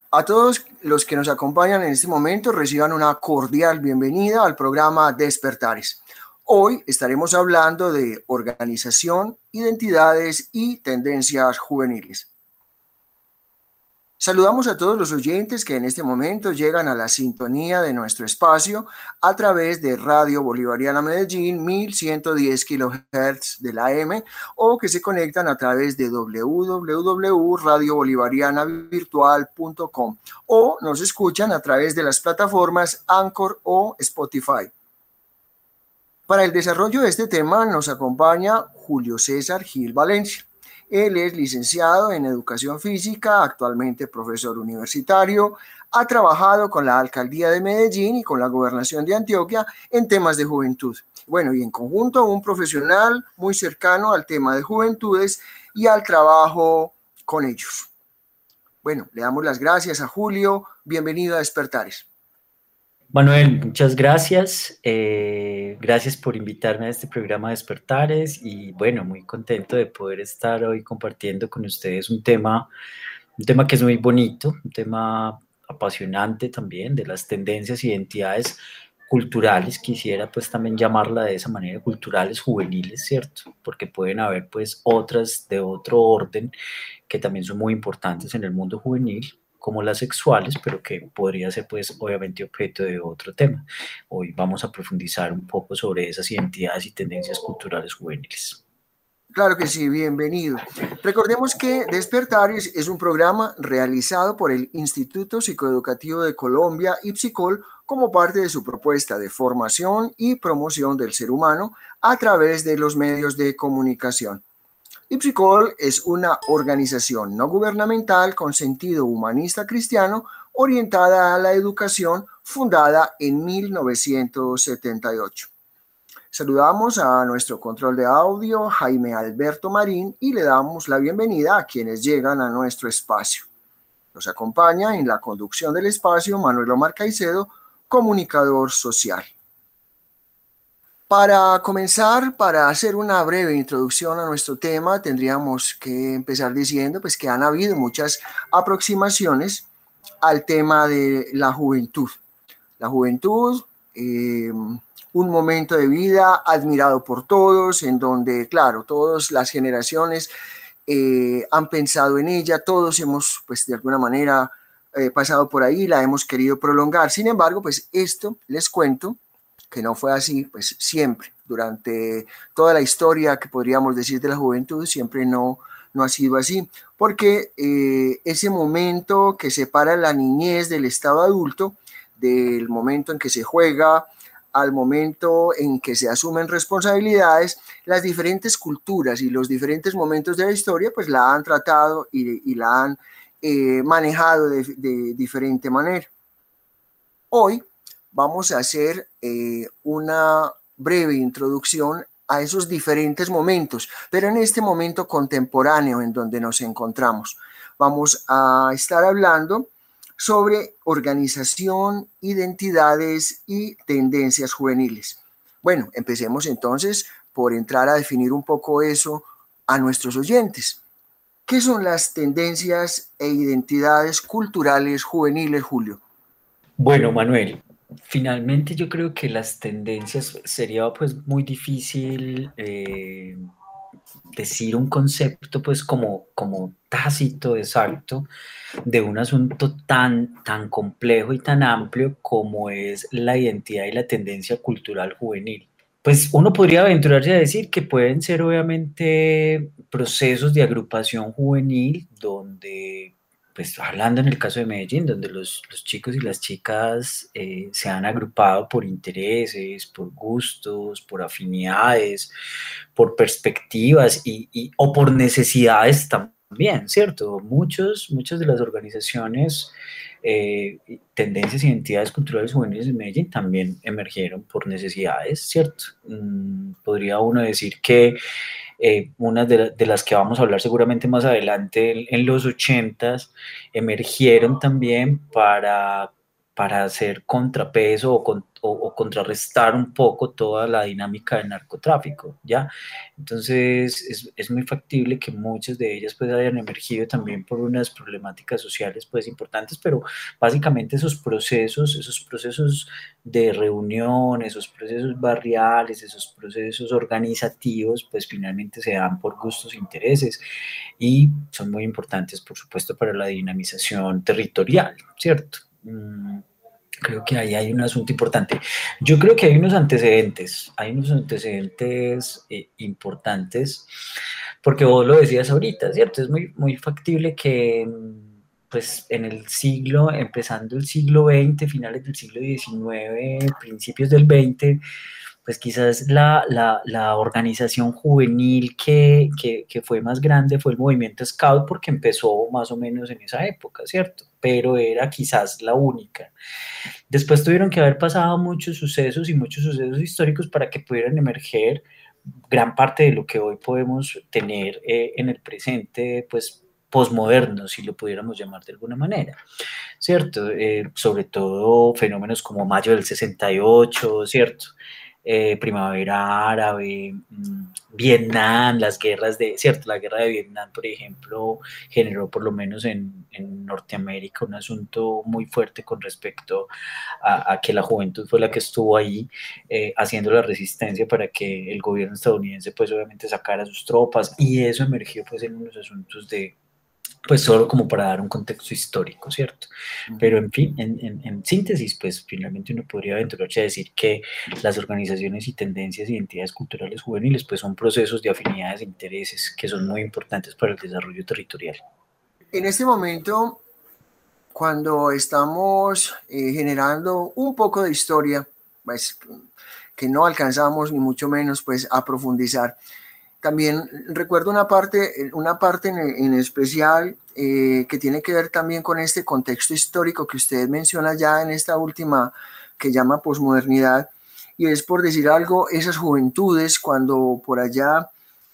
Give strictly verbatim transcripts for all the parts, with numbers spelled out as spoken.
A todos los que nos acompañan en este momento reciban una cordial bienvenida al programa Despertares. Hoy estaremos hablando de organización, identidades y tendencias juveniles. Saludamos a todos los oyentes que en este momento llegan a la sintonía de nuestro espacio a través de Radio Bolivariana Medellín mil ciento diez kilohertz de la A M o que se conectan a través de doble u doble u doble u punto radio bolivariana virtual punto com o nos escuchan a través de las plataformas Anchor o Spotify. Para el desarrollo de este tema nos acompaña Julio César Gil Valencia. Él es licenciado en Educación Física, actualmente profesor universitario, ha trabajado con la Alcaldía de Medellín y con la Gobernación de Antioquia en temas de juventud. Bueno, y en conjunto un profesional muy cercano al tema de juventudes y al trabajo con ellos. Bueno, le damos las gracias a Julio. Bienvenido a Despertares. Manuel, muchas gracias. Eh, gracias por invitarme a este programa Despertares y bueno, muy contento de poder estar hoy compartiendo con ustedes un tema, un tema que es muy bonito, un tema apasionante también de las tendencias e identidades culturales. Quisiera pues también llamarla de esa manera, culturales juveniles, ¿cierto? Porque pueden haber pues otras de otro orden que también son muy importantes en el mundo juvenil, como las sexuales, pero que podría ser pues obviamente objeto de otro tema. Hoy vamos a profundizar un poco sobre esas identidades y tendencias culturales juveniles. Claro que sí, bienvenido. Recordemos que Despertares es un programa realizado por el Instituto Psicoeducativo de Colombia, IPSICOL, como parte de su propuesta de formación y promoción del ser humano a través de los medios de comunicación. IPSICOL es una organización no gubernamental con sentido humanista cristiano orientada a la educación, fundada en mil novecientos setenta y ocho. Saludamos a nuestro control de audio, Jaime Alberto Marín, y le damos la bienvenida a quienes llegan a nuestro espacio. Nos acompaña en la conducción del espacio Manuel Omar Caicedo, comunicador social. Para comenzar, para hacer una breve introducción a nuestro tema, tendríamos que empezar diciendo pues, que han habido muchas aproximaciones al tema de la juventud. La juventud, eh, un momento de vida admirado por todos, en donde, claro, todas las generaciones eh, han pensado en ella, todos hemos, pues, de alguna manera eh, pasado por ahí, la hemos querido prolongar. Sin embargo, pues, esto, les cuento, que no fue así, pues, siempre, durante toda la historia que podríamos decir de la juventud, siempre no, no ha sido así, porque eh, ese momento que separa la niñez del estado adulto, del momento en que se juega al momento en que se asumen responsabilidades, las diferentes culturas y los diferentes momentos de la historia pues la han tratado y, y la han eh, manejado de, de diferente manera. Hoy vamos a hacer eh, una breve introducción a esos diferentes momentos, pero en este momento contemporáneo en donde nos encontramos. Vamos a estar hablando sobre organización, identidades y tendencias juveniles. Bueno, empecemos entonces por entrar a definir un poco eso a nuestros oyentes. ¿Qué son las tendencias e identidades culturales juveniles, Julio? Bueno, Manuel, finalmente yo creo que las tendencias sería pues muy difícil eh, decir un concepto pues como, como tácito, exacto, de un asunto tan, tan complejo y tan amplio como es la identidad y la tendencia cultural juvenil. Pues uno podría aventurarse a decir que pueden ser obviamente procesos de agrupación juvenil donde, pues hablando en el caso de Medellín, donde los, los chicos y las chicas eh, se han agrupado por intereses, por gustos, por afinidades, por perspectivas y, y, o por necesidades también, ¿cierto? Muchos, muchas de las organizaciones, eh, tendencias y identidades culturales juveniles de Medellín también emergieron por necesidades, ¿cierto? Mm, podría uno decir que eh, unas de, la, de, las que vamos a hablar seguramente más adelante en, en los ochentas emergieron también para para hacer contrapeso o, con, o, o contrarrestar un poco toda la dinámica del narcotráfico, ¿ya? Entonces es, es muy factible que muchas de ellas pues hayan emergido también por unas problemáticas sociales pues importantes, pero básicamente esos procesos, esos procesos de reunión, esos procesos barriales, esos procesos organizativos, pues finalmente se dan por gustos e intereses y son muy importantes, por supuesto, para la dinamización territorial, ¿cierto? Mm, creo que ahí hay un asunto importante. Yo creo que hay unos antecedentes, hay unos antecedentes eh, importantes, porque vos lo decías ahorita, ¿cierto? Es muy, muy factible que pues en el siglo, empezando el siglo veinte, finales del siglo diecinueve, principios del veinte, pues quizás la, la, la organización juvenil que, que, que fue más grande fue el movimiento Scout porque empezó más o menos en esa época, ¿cierto? Pero era quizás la única. Después tuvieron que haber pasado muchos sucesos y muchos sucesos históricos para que pudieran emerger gran parte de lo que hoy podemos tener eh, en el presente, pues posmoderno, si lo pudiéramos llamar de alguna manera, ¿cierto? Eh, sobre todo fenómenos como Mayo del sesenta y ocho, ¿cierto? Eh, Primavera Árabe, mmm, Vietnam, las guerras de, ¿cierto? La guerra de Vietnam, por ejemplo, generó por lo menos en, en Norteamérica un asunto muy fuerte con respecto a, a que la juventud fue la que estuvo ahí eh, haciendo la resistencia para que el gobierno estadounidense pues obviamente sacara sus tropas y eso emergió pues en unos asuntos de pues solo como para dar un contexto histórico, ¿cierto? Uh-huh. Pero en fin, en, en, en, síntesis, pues finalmente uno podría aventurarse a decir que las organizaciones y tendencias y identidades culturales juveniles pues son procesos de afinidades e intereses que son muy importantes para el desarrollo territorial. En este momento, cuando estamos eh, generando un poco de historia, pues que no alcanzamos ni mucho menos pues a profundizar, también recuerdo una parte, una parte en, en especial eh, que tiene que ver también con este contexto histórico que usted menciona ya en esta última que llama posmodernidad, y es, por decir algo, esas juventudes cuando por allá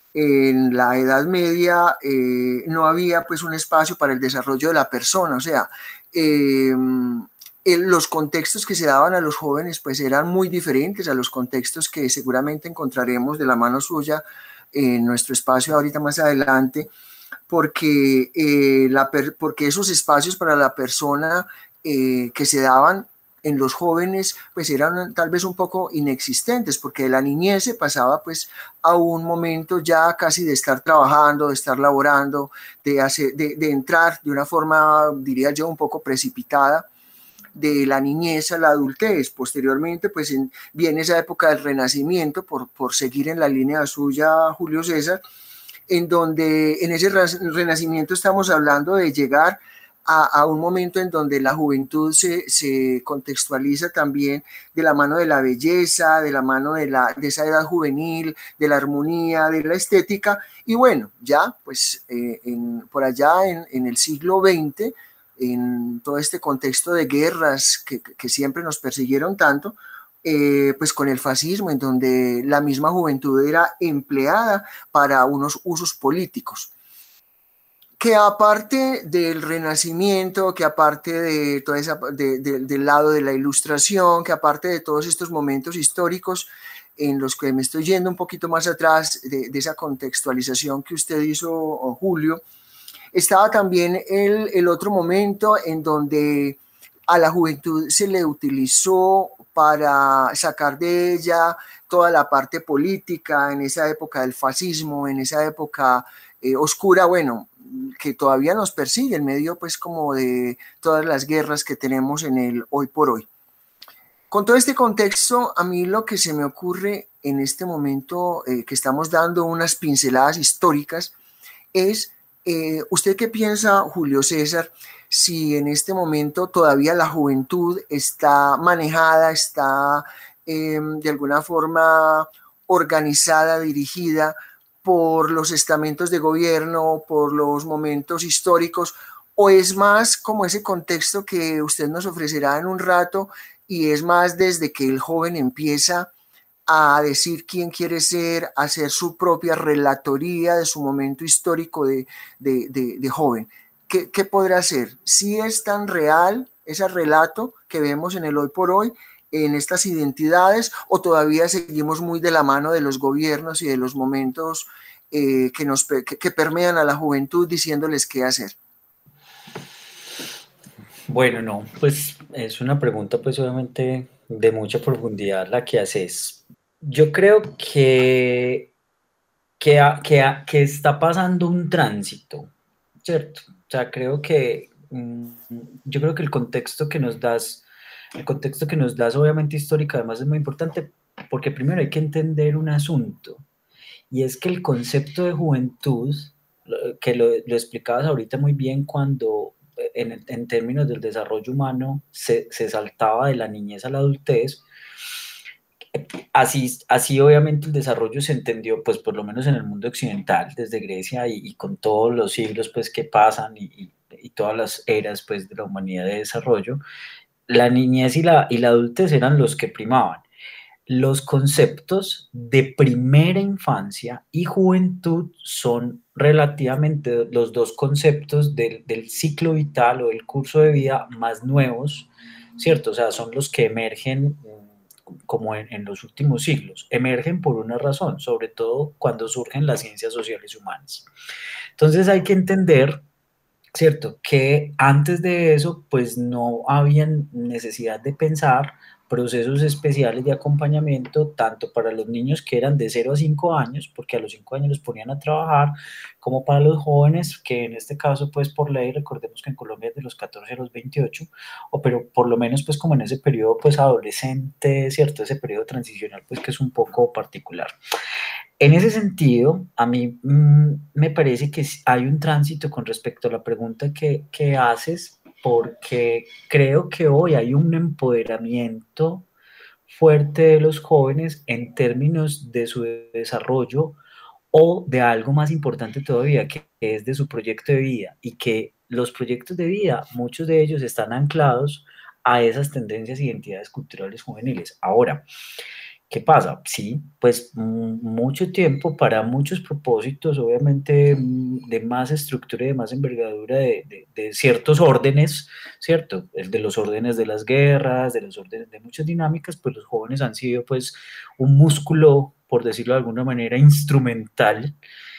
en la Edad Media eh, no había pues un espacio para el desarrollo de la persona, o sea, eh, el, los contextos que se daban a los jóvenes pues eran muy diferentes a los contextos que seguramente encontraremos de la mano suya en nuestro espacio ahorita más adelante, porque, eh, la per, porque esos espacios para la persona eh, que se daban en los jóvenes pues eran tal vez un poco inexistentes, porque de la niñez se pasaba pues a un momento ya casi de estar trabajando, de estar laborando, de, hacer, de, de entrar de una forma, diría yo, un poco precipitada de la niñez a la adultez. Posteriormente pues en, viene esa época del Renacimiento, por, por seguir en la línea suya Julio César, en donde en ese Renacimiento estamos hablando de llegar a, a un momento en donde la juventud se, se contextualiza también de la mano de la belleza, de la mano de, la, de esa edad juvenil, de la armonía, de la estética, y bueno, ya pues eh, en, por allá en, en el siglo veinte, en todo este contexto de guerras que, que siempre nos persiguieron tanto, eh, pues con el fascismo, en donde la misma juventud era empleada para unos usos políticos. Que aparte del Renacimiento, que aparte de toda esa, de, de, del lado de la Ilustración, que aparte de todos estos momentos históricos en los que me estoy yendo un poquito más atrás de, de esa contextualización que usted hizo, Julio, estaba también el, el otro momento en donde a la juventud se le utilizó para sacar de ella toda la parte política en esa época del fascismo, en esa época eh, oscura, bueno, que todavía nos persigue en medio pues como de todas las guerras que tenemos en el hoy por hoy. Con todo este contexto, a mí lo que se me ocurre en este momento eh, que estamos dando unas pinceladas históricas es, eh, ¿usted qué piensa, Julio César, si en este momento todavía la juventud está manejada, está eh, de alguna forma organizada, dirigida por los estamentos de gobierno, por los momentos históricos, o es más como ese contexto que usted nos ofrecerá en un rato y es más desde que el joven empieza a decir quién quiere ser, a hacer su propia relatoría de su momento histórico de, de, de, de joven? ¿Qué, ¿Qué podrá hacer? Si es tan real ese relato que vemos en el hoy por hoy, en estas identidades, o todavía seguimos muy de la mano de los gobiernos y de los momentos eh, que, nos, que, que permean a la juventud diciéndoles qué hacer? Bueno, no, pues es una pregunta pues obviamente de mucha profundidad la que haces. Yo creo que, que, ha- que, ha- que está pasando un tránsito, ¿cierto? O sea, creo que mm, yo creo que el contexto que nos das, el contexto que nos das obviamente histórico además es muy importante porque primero hay que entender un asunto y es que el concepto de juventud, lo- que lo, lo explicabas ahorita muy bien cuando eh, en, en términos del desarrollo humano se, se saltaba de la niñez a la adultez, así, así obviamente el desarrollo se entendió, pues por lo menos en el mundo occidental, desde Grecia y, y con todos los siglos pues que pasan y, y, y todas las eras pues de la humanidad de desarrollo, la niñez y la, y la adultez eran los que primaban. Los conceptos de primera infancia y juventud son relativamente los dos conceptos del, del ciclo vital o del curso de vida más nuevos, ¿cierto? O sea, son los que emergen mm, como en, en los últimos siglos. Emergen por una razón, sobre todo cuando surgen las ciencias sociales y humanas. Entonces hay que entender, ¿cierto? Que antes de eso, pues no había necesidad de pensar procesos especiales de acompañamiento, tanto para los niños que eran de cero a cinco años, porque a los cinco años los ponían a trabajar, como para los jóvenes, que en este caso, pues por ley, recordemos que en Colombia es de los catorce a los veintiocho, o pero por lo menos pues como en ese periodo pues adolescente, ¿cierto? Ese periodo transicional pues que es un poco particular. En ese sentido, a mí mm, me parece que hay un tránsito con respecto a la pregunta que, que haces, porque creo que hoy hay un empoderamiento fuerte de los jóvenes en términos de su desarrollo o de algo más importante todavía, que es de su proyecto de vida y que los proyectos de vida, muchos de ellos están anclados a esas tendencias e identidades culturales juveniles. Ahora, ¿qué pasa? Sí, pues mm, mucho tiempo para muchos propósitos, obviamente mm, de más estructura y de más envergadura de, de- de ciertos órdenes, ¿cierto? El de los órdenes de las guerras, de los órdenes de muchas dinámicas, pues los jóvenes han sido pues un músculo, por decirlo de alguna manera, instrumental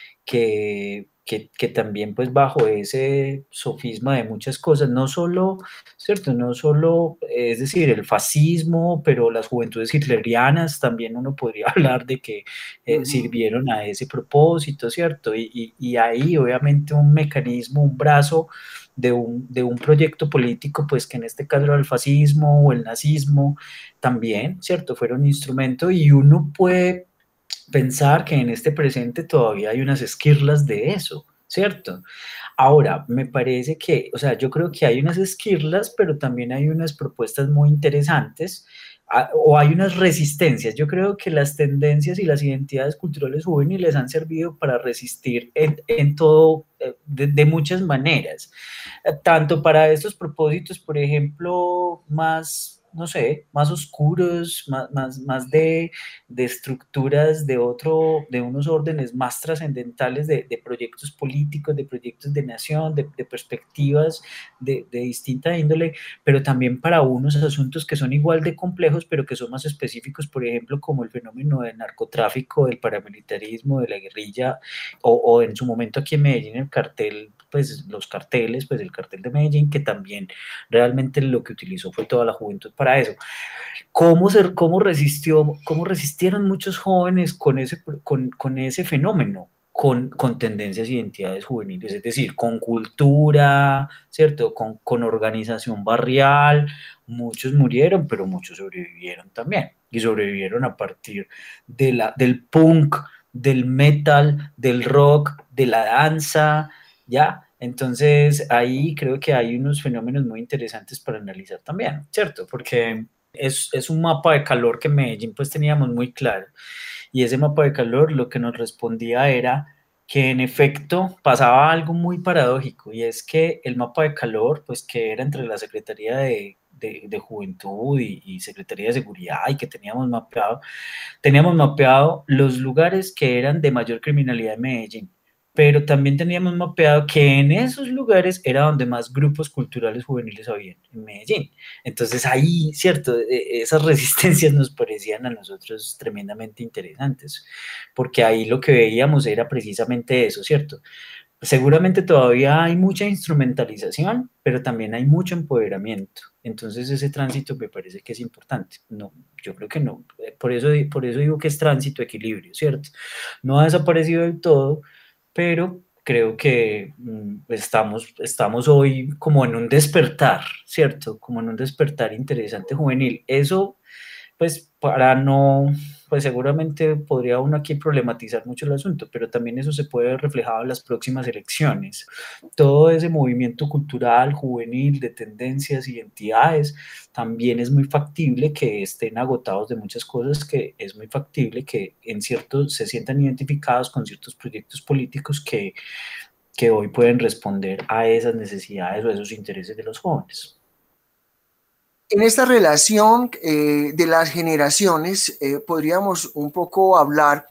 que, que, que también pues bajo ese sofisma de muchas cosas, no solo, ¿cierto? No solo, eh, es decir, el fascismo, pero las juventudes hitlerianas también uno podría hablar de que Uh eh, -huh. sirvieron a ese propósito, ¿cierto? Y, y, y ahí obviamente un mecanismo, un brazo de un, de un proyecto político, pues que en este caso era el fascismo o el nazismo, también, ¿cierto? Fueron un instrumento y uno puede pensar que en este presente todavía hay unas esquirlas de eso, ¿cierto? Ahora, me parece que, o sea, yo creo que hay unas esquirlas, pero también hay unas propuestas muy interesantes a, o hay unas resistencias. Yo creo que las tendencias y las identidades culturales juveniles han servido para resistir en, en todo, eh, de, de, muchas maneras, eh, tanto para estos propósitos, por ejemplo, más no sé, más oscuros, más, más, más de, de, estructuras de otro, de unos órdenes más trascendentales de, de proyectos políticos, de proyectos de nación, de, de perspectivas de, de, distinta índole, pero también para unos asuntos que son igual de complejos, pero que son más específicos, por ejemplo, como el fenómeno del narcotráfico, del paramilitarismo, de la guerrilla, o, o en su momento aquí en Medellín el cartel, pues los carteles, pues el cartel de Medellín, que también realmente lo que utilizó fue toda la juventud para eso. ¿Cómo, ser, cómo, resistió, cómo resistieron muchos jóvenes con ese, con, con ese fenómeno? Con, con tendencias e identidades juveniles, es decir, con cultura, ¿cierto? Con, con organización barrial, muchos murieron, pero muchos sobrevivieron también, y sobrevivieron a partir de la, del punk, del metal, del rock, de la danza, ¿ya? Entonces, ahí creo que hay unos fenómenos muy interesantes para analizar también, ¿cierto? Porque es, es un mapa de calor que en Medellín pues teníamos muy claro. Y ese mapa de calor lo que nos respondía era que en efecto pasaba algo muy paradójico y es que el mapa de calor, pues que era entre la Secretaría de, de, de Juventud y, y Secretaría de Seguridad y que teníamos mapeado, teníamos mapeado los lugares que eran de mayor criminalidad en Medellín. pero también teníamos mapeado que en esos lugares era donde más grupos culturales juveniles había, en Medellín. Entonces ahí, cierto, e- esas resistencias nos parecían a nosotros tremendamente interesantes, porque ahí lo que veíamos era precisamente eso, ¿cierto? Seguramente todavía hay mucha instrumentalización, pero también hay mucho empoderamiento. Entonces ese tránsito me parece que es importante. No, yo creo que no. Eh, Por eso, por eso digo que es tránsito, equilibrio, ¿cierto? No ha desaparecido del todo, pero creo que mm, estamos, estamos hoy como en un despertar, ¿cierto? Como en un despertar interesante juvenil. Eso pues para no, pues seguramente podría uno aquí problematizar mucho el asunto, pero también eso se puede ver reflejado en las próximas elecciones. Todo ese movimiento cultural, juvenil, de tendencias, identidades, también es muy factible que estén agotados de muchas cosas, que es muy factible que en cierto se sientan identificados con ciertos proyectos políticos que, que hoy pueden responder a esas necesidades o esos intereses de los jóvenes. En esta relación eh, de las generaciones, eh, podríamos un poco hablar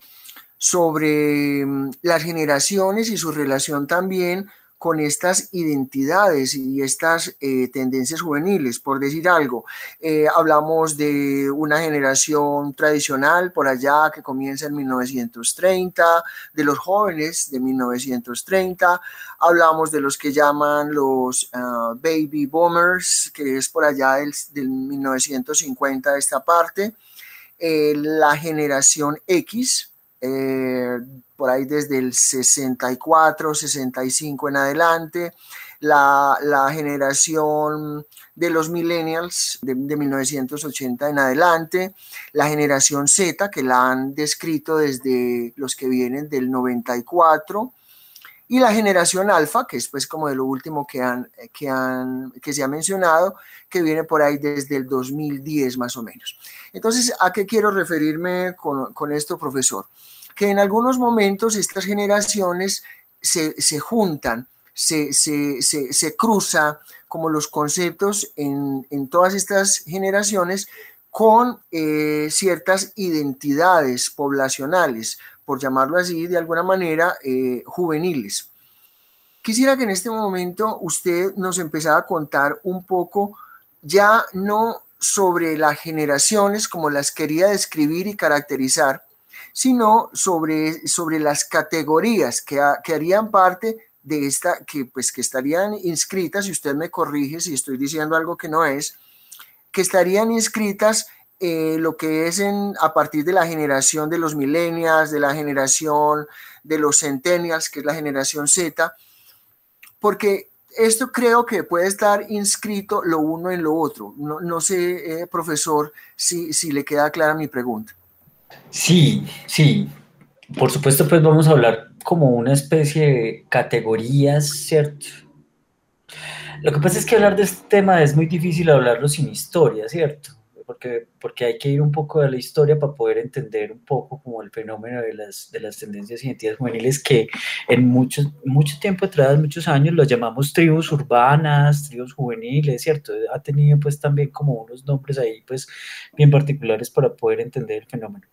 sobre mm, las generaciones y su relación también con estas identidades y estas eh, tendencias juveniles, por decir algo. Eh, hablamos de una generación tradicional por allá que comienza en mil novecientos treinta, de los jóvenes de mil novecientos treinta, hablamos de los que llaman los uh, baby boomers, que es por allá del, del mil novecientos cincuenta esta parte, eh, la generación X, eh, por ahí desde el sesenta y cuatro, sesenta y cinco en adelante, la, la generación de los millennials de, de mil novecientos ochenta en adelante, la generación Z, que la han descrito desde los que vienen del noventa y cuatro, y la generación alfa, que es pues como de lo último que, han, que, han, que se ha mencionado, que viene por ahí desde el dos mil diez más o menos. Entonces, ¿a qué quiero referirme con, con esto, profesor? Que en algunos momentos estas generaciones se, se juntan, se, se, se, se cruza como los conceptos en, en todas estas generaciones con eh, ciertas identidades poblacionales, por llamarlo así, de alguna manera, eh, juveniles. Quisiera que en este momento usted nos empezara a contar un poco, ya no sobre las generaciones como las quería describir y caracterizar, sino sobre, sobre las categorías que, que harían parte de esta, que pues que estarían inscritas, y usted me corrige si estoy diciendo algo que no es, que estarían inscritas eh, lo que es en, a partir de la generación de los millennials, de la generación de los centennials, que es la generación Z, porque esto creo que puede estar inscrito lo uno en lo otro. No, no sé, eh, profesor, si, si le queda clara mi pregunta. Sí, sí. Por supuesto, pues vamos a hablar como una especie de categorías, ¿cierto? Lo que pasa es que hablar de este tema es muy difícil hablarlo sin historia, ¿cierto? Porque, porque hay que ir un poco de la historia para poder entender un poco como el fenómeno de las, de las tendencias y identidades juveniles que en mucho, mucho tiempo atrás, muchos años, los llamamos tribus urbanas, tribus juveniles, ¿cierto? Ha tenido pues también como unos nombres ahí pues bien particulares para poder entender el fenómeno.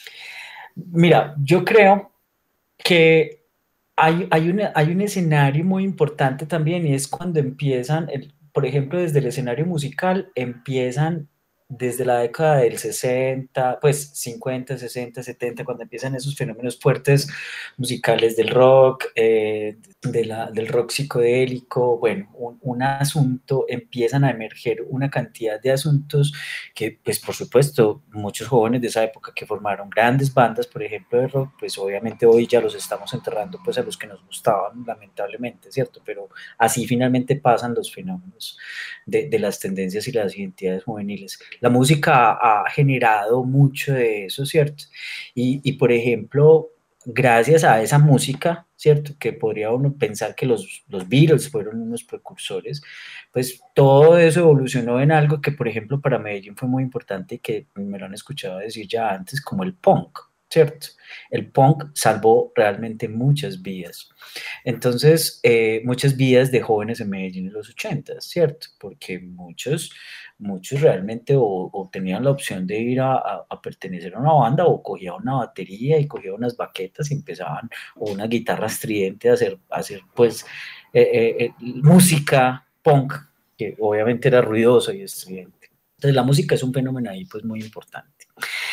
Mira, yo creo que hay, hay, una, hay un escenario muy importante también y es cuando empiezan, el, por ejemplo, desde el escenario musical, empiezan desde la década del sesenta, pues cincuenta, sesenta, setenta, cuando empiezan esos fenómenos fuertes musicales del rock, eh, de la, del rock psicodélico, bueno, un, un asunto, empiezan a emerger una cantidad de asuntos que, pues por supuesto, muchos jóvenes de esa época que formaron grandes bandas, por ejemplo, de rock, pues obviamente hoy ya los estamos enterrando pues a los que nos gustaban, lamentablemente, ¿cierto? Pero así finalmente pasan los fenómenos de, de las tendencias y las identidades juveniles. La música ha, ha generado mucho de eso, ¿cierto? Y, y por ejemplo, gracias a esa música, ¿cierto? Que podría uno pensar que los, los Beatles fueron unos precursores, pues todo eso evolucionó en algo que, por ejemplo, para Medellín fue muy importante y que me lo han escuchado decir ya antes, como el punk, ¿cierto? El punk salvó realmente muchas vidas. Entonces, eh, muchas vidas de jóvenes en Medellín en los ochenta, ¿cierto? Porque muchos, muchos realmente o, o tenían la opción de ir a, a, a pertenecer a una banda o cogían una batería y cogían unas baquetas y empezaban, o una guitarra estridente a hacer, a hacer pues, eh, eh, eh, música punk, que obviamente era ruidoso y estridente. Entonces, la música es un fenómeno ahí pues muy importante.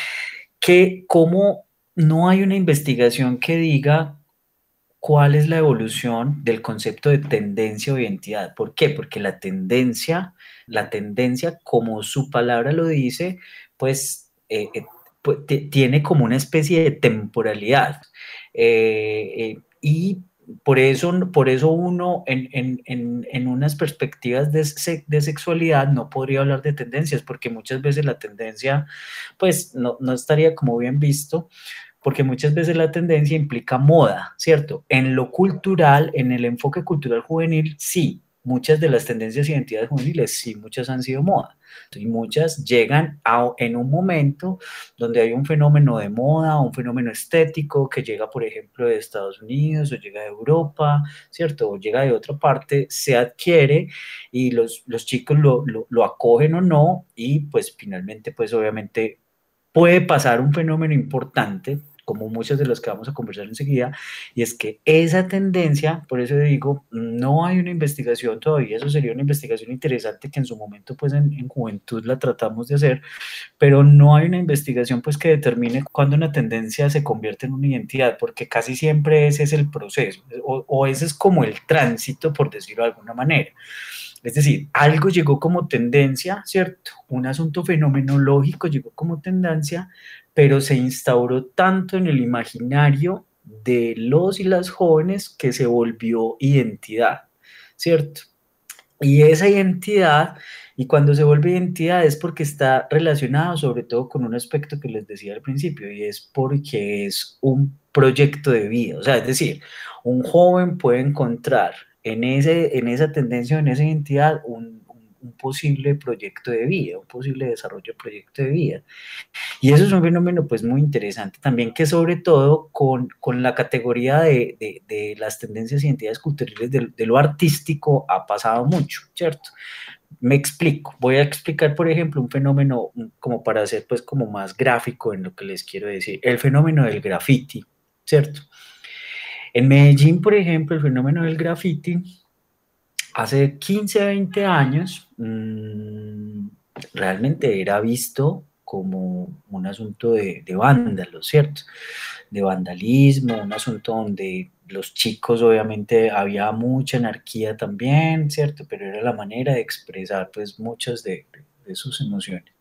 Que como no hay una investigación que diga cuál es la evolución del concepto de tendencia o identidad. ¿Por qué? Porque la tendencia, la tendencia, como su palabra lo dice, pues, eh, eh, pues tiene como una especie de temporalidad. Eh, eh, y por eso, por eso uno en, en, en, en unas perspectivas de, de, sexualidad no podría hablar de tendencias, porque muchas veces la tendencia pues no, no estaría como bien visto, porque muchas veces la tendencia implica moda, ¿cierto? En lo cultural, en el enfoque cultural juvenil, sí, muchas de las tendencias e identidades juveniles, sí, muchas han sido moda. Y muchas llegan a, en un momento donde hay un fenómeno de moda, un fenómeno estético que llega, por ejemplo, de Estados Unidos o llega de Europa, ¿cierto? O llega de otra parte, se adquiere y los, los chicos lo, lo, lo acogen o no y pues finalmente, pues obviamente puede pasar un fenómeno importante, como muchos de los que vamos a conversar enseguida, y es que esa tendencia, por eso digo, no hay una investigación todavía, eso sería una investigación interesante que en su momento, pues en, en juventud la tratamos de hacer, pero no hay una investigación pues que determine cuándo una tendencia se convierte en una identidad, porque casi siempre ese es el proceso, o, o ese es como el tránsito, por decirlo de alguna manera. Es decir, algo llegó como tendencia, ¿cierto? Un asunto fenomenológico llegó como tendencia, pero se instauró tanto en el imaginario de los y las jóvenes que se volvió identidad, ¿cierto? Y esa identidad, y cuando se vuelve identidad es porque está relacionado sobre todo con un aspecto que les decía al principio, y es porque es un proyecto de vida. O sea, es decir, un joven puede encontrar en, ese, en esa tendencia, en esa identidad, un, un, un posible proyecto de vida, un posible desarrollo de proyecto de vida. Y eso es un fenómeno pues muy interesante también, que sobre todo con, con la categoría de, de, de las tendencias e identidades culturales de, de lo artístico ha pasado mucho, ¿cierto? Me explico, voy a explicar por ejemplo un fenómeno como para hacer pues como más gráfico en lo que les quiero decir, el fenómeno del graffiti, ¿cierto? En Medellín, por ejemplo, el fenómeno del graffiti hace quince, veinte años mmm, realmente era visto como un asunto de, de vándalos, ¿cierto? De vandalismo, un asunto donde los chicos obviamente había mucha anarquía también, ¿cierto? Pero era la manera de expresar pues muchas de, de, de sus emociones.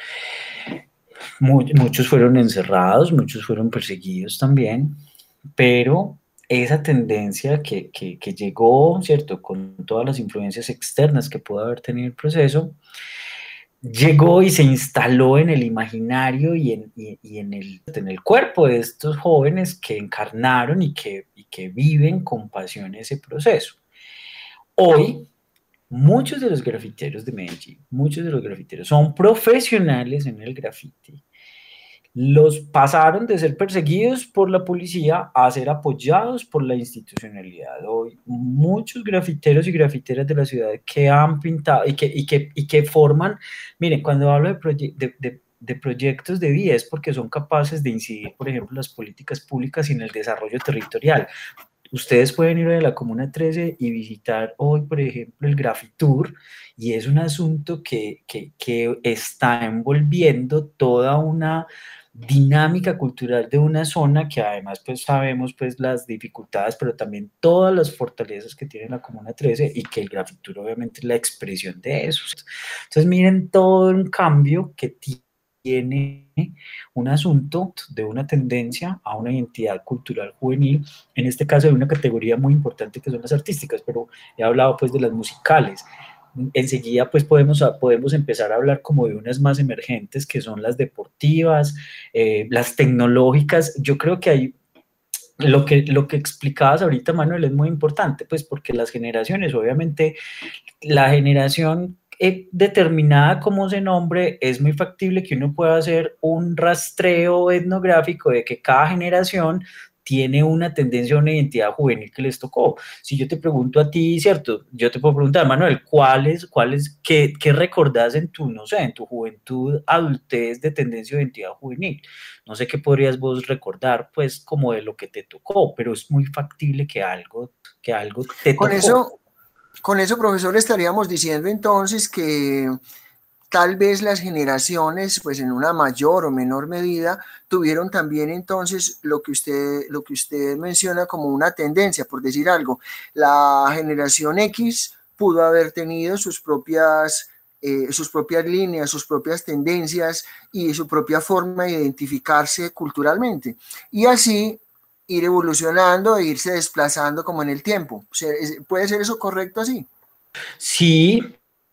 Muy, muchos fueron encerrados, muchos fueron perseguidos también, pero esa tendencia que, que, que llegó, ¿cierto? Con todas las influencias externas que pudo haber tenido el proceso, llegó y se instaló en el imaginario y en, y, y en, el, en el cuerpo de estos jóvenes que encarnaron y que, y que viven con pasión ese proceso. Hoy, muchos de los grafiteros de Medellín, muchos de los grafiteros son profesionales en el grafiti. Los pasaron de ser perseguidos por la policía a ser apoyados por la institucionalidad. Hoy muchos grafiteros y grafiteras de la ciudad que han pintado y que, y que, y que forman, miren, cuando hablo de, proye de, de, de proyectos de vida es porque son capaces de incidir, por ejemplo, en las políticas públicas y en el desarrollo territorial. Ustedes pueden ir a la Comuna trece y visitar hoy, por ejemplo, el Grafitour, y es un asunto que, que, que está envolviendo toda una dinámica cultural de una zona que además pues sabemos pues las dificultades pero también todas las fortalezas que tiene la Comuna trece y que el Grafitour obviamente es la expresión de eso. Entonces miren todo un cambio que tiene un asunto de una tendencia a una identidad cultural juvenil, en este caso de una categoría muy importante que son las artísticas, pero he hablado pues de las musicales. Enseguida pues podemos, podemos empezar a hablar como de unas más emergentes que son las deportivas, eh, las tecnológicas. Yo creo que hay lo que, lo que explicabas ahorita, Manuel, es muy importante, pues porque las generaciones, obviamente, la generación eh, determinada como se nombre, es muy factible que uno pueda hacer un rastreo etnográfico de que cada generación tiene una tendencia, una identidad juvenil que les tocó. Si yo te pregunto a ti, ¿cierto? Yo te puedo preguntar, Manuel, ¿cuáles, cuáles, qué, qué recordás en tu, no sé, en tu juventud, adultez de tendencia o identidad juvenil? No sé qué podrías vos recordar, pues, como de lo que te tocó, pero es muy factible que algo, que algo te Con tocó. eso, con eso, profesor, estaríamos diciendo entonces que tal vez las generaciones, pues en una mayor o menor medida, tuvieron también entonces lo que usted, lo que usted menciona como una tendencia, por decir algo. La generación X pudo haber tenido sus propias, eh, sus propias líneas, sus propias tendencias y su propia forma de identificarse culturalmente. Y así ir evolucionando e irse desplazando como en el tiempo. ¿Puede ser eso correcto así? Sí,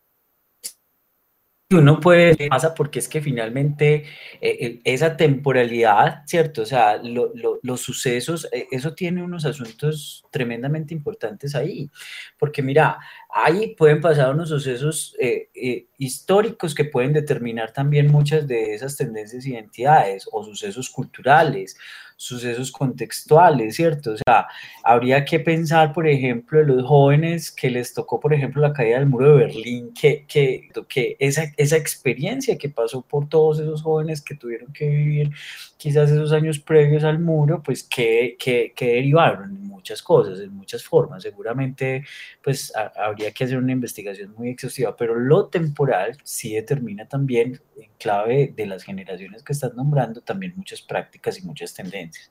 uno puede, pasa porque es que finalmente eh, eh, esa temporalidad, ¿cierto? O sea, lo, lo, los sucesos, eh, eso tiene unos asuntos tremendamente importantes ahí, porque mira, ahí pueden pasar unos sucesos eh, eh, históricos que pueden determinar también muchas de esas tendencias e identidades, o sucesos culturales, sucesos contextuales, ¿cierto? O sea, habría que pensar, por ejemplo, de los jóvenes que les tocó, por ejemplo, la caída del muro de Berlín, que, que, que esa, esa experiencia que pasó por todos esos jóvenes que tuvieron que vivir quizás esos años previos al muro, pues que, que, que derivaron en muchas cosas, en muchas formas. Seguramente, pues a, habría que hacer una investigación muy exhaustiva, pero lo temporal sí determina también, en clave de las generaciones que estás nombrando, también muchas prácticas y muchas tendencias.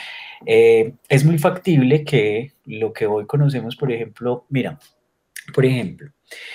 Eh, es muy factible que lo que hoy conocemos, por ejemplo, mira, por ejemplo,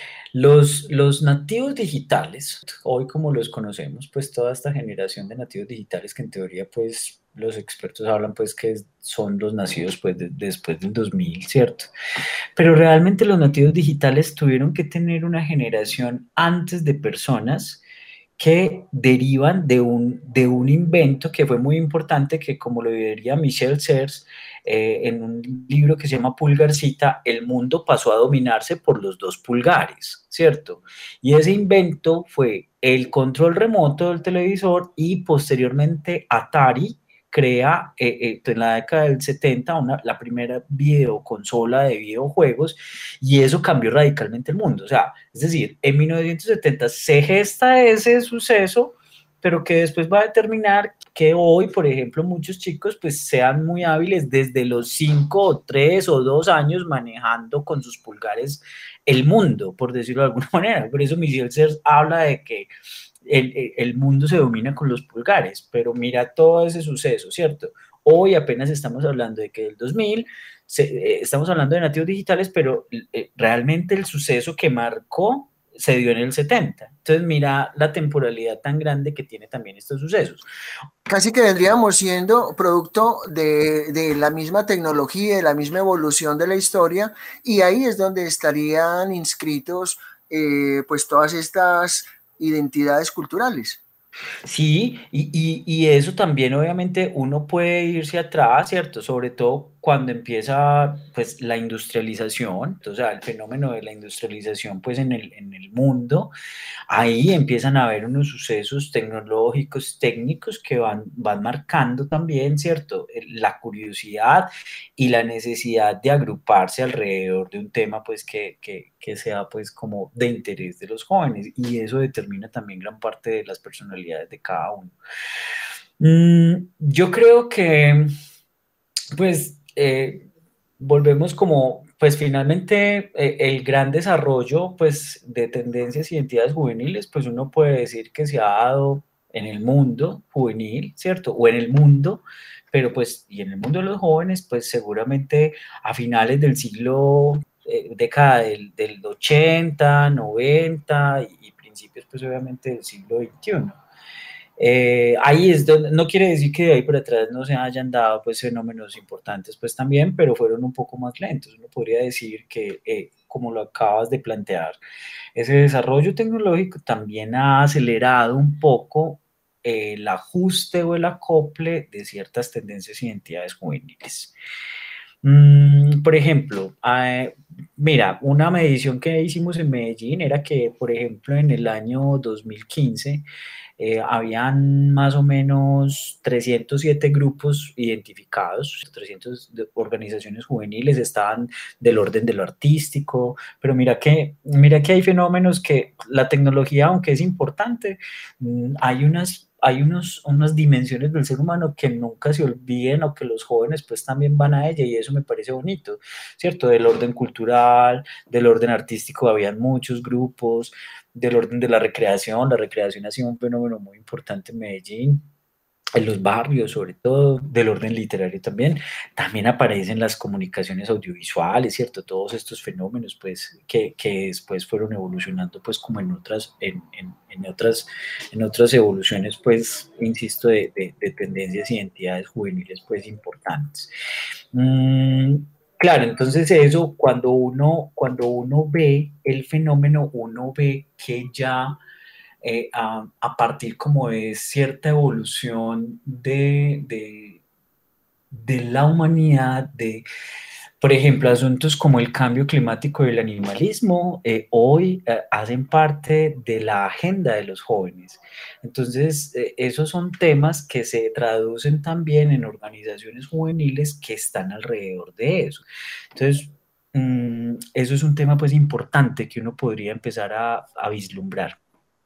los, los nativos digitales, hoy como los conocemos, pues toda esta generación de nativos digitales que en teoría, pues los expertos hablan pues que son los nacidos pues de, después del dos mil, ¿cierto? Pero realmente los nativos digitales tuvieron que tener una generación antes de personas que derivan de un, de un invento que fue muy importante, que como lo diría Michel Serres eh, en un libro que se llama Pulgarcita, el mundo pasó a dominarse por los dos pulgares, ¿cierto? Y ese invento fue el control remoto del televisor y posteriormente Atari crea eh, eh, en la década del setenta una, la primera videoconsola de videojuegos y eso cambió radicalmente el mundo. O sea, es decir, en mil novecientos setenta se gesta ese suceso, pero que después va a determinar que hoy, por ejemplo, muchos chicos pues sean muy hábiles desde los cinco o tres o dos años manejando con sus pulgares el mundo, por decirlo de alguna manera. Por eso Michel Serres habla de que el, el, mundo se domina con los pulgares, pero mira todo ese suceso, ¿cierto? Hoy apenas estamos hablando de que del dos mil, se, eh, estamos hablando de nativos digitales, pero eh, realmente el suceso que marcó se dio en el setenta. Entonces mira la temporalidad tan grande que tiene también estos sucesos. Casi que vendríamos siendo producto de, de la misma tecnología, de la misma evolución de la historia, y ahí es donde estarían inscritos eh, pues todas estas identidades culturales. Sí, y, y, y eso también obviamente uno puede irse atrás, ¿cierto? Sobre todo cuando empieza pues la industrialización, o sea, el fenómeno de la industrialización pues en el, en el mundo, ahí empiezan a haber unos sucesos tecnológicos, técnicos que van, van marcando también, ¿cierto? La curiosidad y la necesidad de agruparse alrededor de un tema, pues, que, que, que sea, pues, como de interés de los jóvenes. Y eso determina también gran parte de las personalidades de cada uno. Mm, yo creo que, pues, eh, volvemos como, pues finalmente eh, el gran desarrollo pues de tendencias y identidades juveniles, pues uno puede decir que se ha dado en el mundo juvenil, ¿cierto? O en el mundo, pero pues y en el mundo de los jóvenes, pues seguramente a finales del siglo, eh, década del, del ochenta, noventa y, y principios pues obviamente del siglo veintiuno. Eh, ahí es donde, no quiere decir que de ahí para atrás no se hayan dado pues fenómenos importantes pues también, pero fueron un poco más lentos. Uno podría decir que, eh, como lo acabas de plantear, ese desarrollo tecnológico también ha acelerado un poco eh, el ajuste o el acople de ciertas tendencias e identidades juveniles. Mm, por ejemplo, eh, Mira, una medición que hicimos en Medellín era que, por ejemplo, en el año dos mil quince eh, habían más o menos trescientos siete grupos identificados, trescientas de- organizaciones juveniles estaban del orden de lo artístico, pero mira que, mira que hay fenómenos que la tecnología, aunque es importante, mm, hay unas hay unos, unas dimensiones del ser humano que nunca se olviden o que los jóvenes pues también van a ella y eso me parece bonito. ¿Cierto? Del orden cultural, del orden artístico, habían muchos grupos, del orden de la recreación. La recreación ha sido un fenómeno muy importante en Medellín, en los barrios sobre todo, del orden literario también. También aparecen las comunicaciones audiovisuales, ¿cierto? Todos estos fenómenos, pues, que, que después fueron evolucionando, pues, como en otras, en, en, en otras, en otras evoluciones, pues, insisto, de, de, de tendencias y identidades juveniles, pues, importantes. Mm, claro, entonces eso, cuando uno, cuando uno ve el fenómeno, uno ve que ya eh, a, a partir como de cierta evolución de, de, de la humanidad, de, por ejemplo, asuntos como el cambio climático y el animalismo, eh, hoy eh, hacen parte de la agenda de los jóvenes. Entonces, eh, esos son temas que se traducen también en organizaciones juveniles que están alrededor de eso. Entonces, mm, eso es un tema pues importante que uno podría empezar a, a vislumbrar.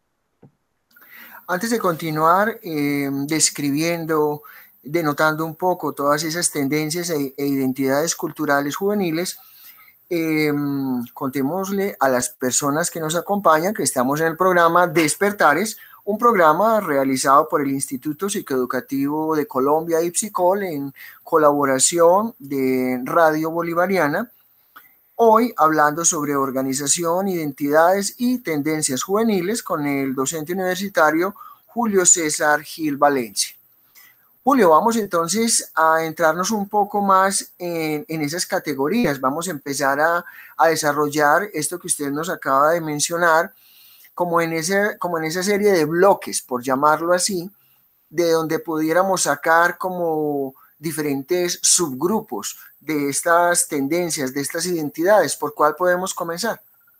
Antes de continuar eh, describiendo, denotando un poco todas esas tendencias e, e identidades culturales juveniles, eh, contémosle a las personas que nos acompañan que estamos en el programa Despertares, un programa realizado por el Instituto Psicoeducativo de Colombia, IPSICOL, en colaboración de Radio Bolivariana. Hoy hablando sobre organización, identidades y tendencias juveniles con el docente universitario Julio César Gil Valencia. Julio, vamos entonces a entrarnos un poco más en, en esas categorías. Vamos a empezar a, a, desarrollar esto que usted nos acaba de mencionar, como en, ese, como en esa serie de bloques, por llamarlo así, de donde pudiéramos sacar como diferentes subgrupos de estas tendencias, de estas identidades. ¿Por cuál podemos comenzar?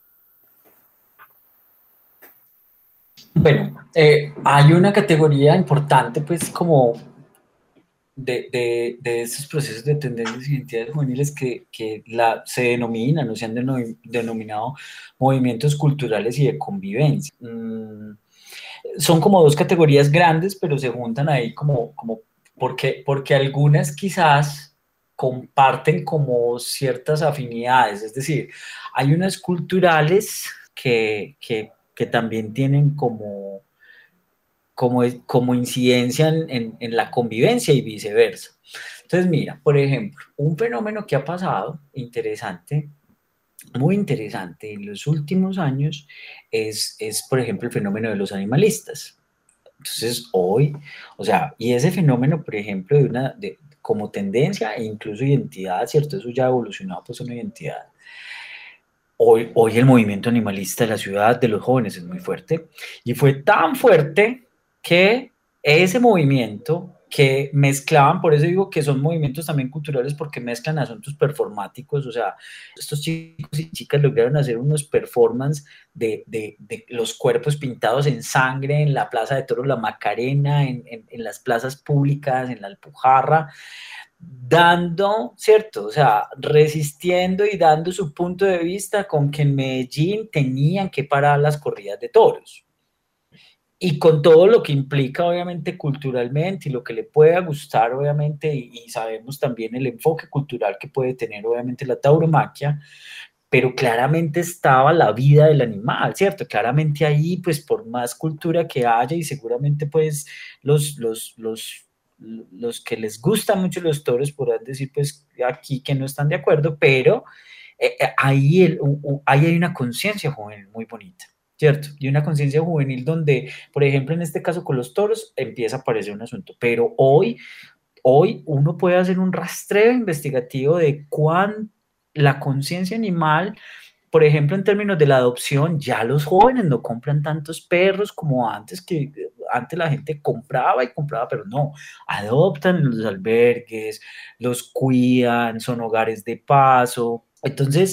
Bueno, eh, hay una categoría importante, pues, como de, de, de estos procesos de tendencias y identidades juveniles que, que la, se denominan o se han denominado movimientos culturales y de convivencia. Mm, son como dos categorías grandes, pero se juntan ahí como, como porque, porque algunas quizás comparten como ciertas afinidades, es decir, hay unas culturales que, que, que también tienen como como, como incidencia en, en, en, la convivencia y viceversa. Entonces, mira, por ejemplo, un fenómeno que ha pasado interesante, muy interesante en los últimos años, es, es por ejemplo, el fenómeno de los animalistas. Entonces, hoy, o sea, y ese fenómeno, por ejemplo, de una, de, como tendencia e incluso identidad, ¿cierto? Eso ya ha evolucionado, pues, una identidad. Hoy, hoy el movimiento animalista de la ciudad de los jóvenes es muy fuerte y fue tan fuerte que ese movimiento que mezclaban, por eso digo que son movimientos también culturales porque mezclan asuntos performáticos, o sea, estos chicos y chicas lograron hacer unos performances de, de, de los cuerpos pintados en sangre en la Plaza de Toros La Macarena, en, en, en las plazas públicas, en la Alpujarra, dando, ¿cierto? O sea, resistiendo y dando su punto de vista con que en Medellín tenían que parar las corridas de toros. Y con todo lo que implica, obviamente, culturalmente y lo que le pueda gustar, obviamente, y, y sabemos también el enfoque cultural que puede tener, obviamente, la tauromaquia, pero claramente estaba la vida del animal, ¿cierto? Claramente ahí, pues, por más cultura que haya y seguramente, pues, los, los, los los que les gustan mucho los toros podrán decir pues aquí que no están de acuerdo, pero eh, ahí, el, uh, ahí hay una conciencia juvenil muy bonita, ¿cierto? Y una conciencia juvenil donde, por ejemplo, en este caso con los toros empieza a aparecer un asunto, pero hoy, hoy uno puede hacer un rastreo investigativo de cuán la conciencia animal, por ejemplo, en términos de la adopción, ya los jóvenes no compran tantos perros como antes, que antes la gente compraba y compraba, pero no, adoptan en los albergues, los cuidan, son hogares de paso. Entonces,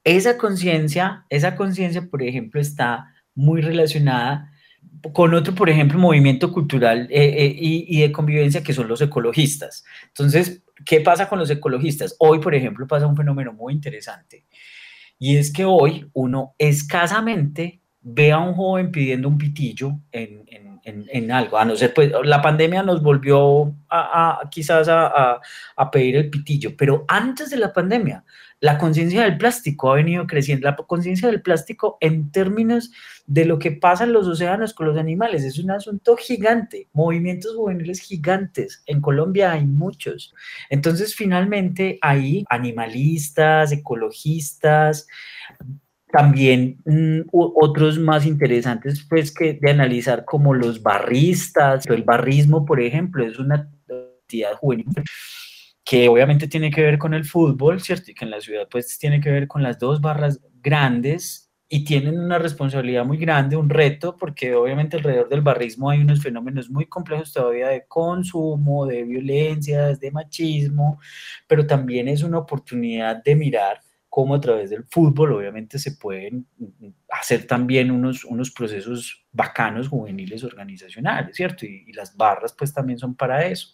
esa conciencia, esa conciencia, por ejemplo, está muy relacionada con otro, por ejemplo, movimiento cultural eh, eh, y, y de convivencia que son los ecologistas. Entonces, ¿qué pasa con los ecologistas? Hoy, por ejemplo, pasa un fenómeno muy interesante y es que hoy uno escasamente ve a un joven pidiendo un pitillo en, en, en, en algo. A no ser, pues la pandemia nos volvió a, a quizás a, a, a pedir el pitillo, pero antes de la pandemia, la conciencia del plástico ha venido creciendo. La conciencia del plástico en términos de lo que pasa en los océanos con los animales es un asunto gigante. Movimientos juveniles gigantes. En Colombia hay muchos. Entonces, finalmente, hay animalistas, ecologistas, también mmm, otros más interesantes, pues, que de analizar como los barristas. El barrismo, por ejemplo, es una actividad juvenil que obviamente tiene que ver con el fútbol, ¿cierto? Y que en la ciudad, pues, tiene que ver con las dos barras grandes y tienen una responsabilidad muy grande, un reto, porque obviamente alrededor del barrismo hay unos fenómenos muy complejos todavía de consumo, de violencias, de machismo, pero también es una oportunidad de mirar cómo a través del fútbol obviamente se pueden hacer también unos, unos procesos bacanos juveniles organizacionales, ¿cierto? Y, y las barras pues también son para eso.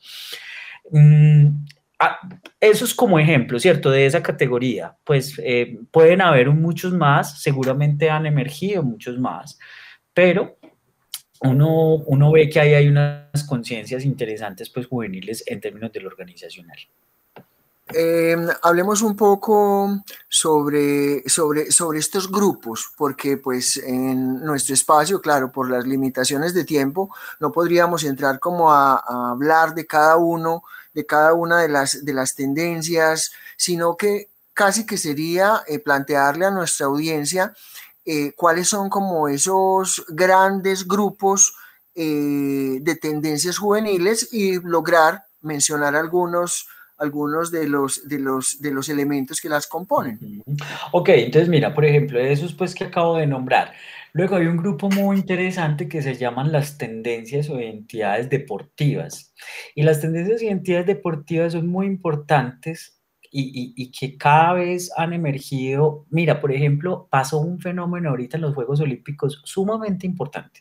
Mm, ah, eso es como ejemplo, ¿cierto? De esa categoría. Pues eh, pueden haber muchos más, seguramente han emergido muchos más, pero uno, uno ve que ahí hay unas conciencias interesantes pues juveniles en términos de lo organizacional. Eh, hablemos un poco sobre, sobre, sobre estos grupos, porque pues en nuestro espacio, claro, por las limitaciones de tiempo, no podríamos entrar como a, a hablar de cada uno, de cada una de las, de las tendencias, sino que casi que sería eh, plantearle a nuestra audiencia eh, cuáles son como esos grandes grupos eh, de tendencias juveniles y lograr mencionar algunos algunos de los, de, los, de los elementos que las componen. Uh-huh. Ok, entonces mira, por ejemplo, de esos pues que acabo de nombrar. Luego hay un grupo muy interesante que se llaman las tendencias o identidades deportivas. Y las tendencias e identidades deportivas son muy importantes y, y, y que cada vez han emergido. Mira, por ejemplo, pasó un fenómeno ahorita en los Juegos Olímpicos sumamente importante.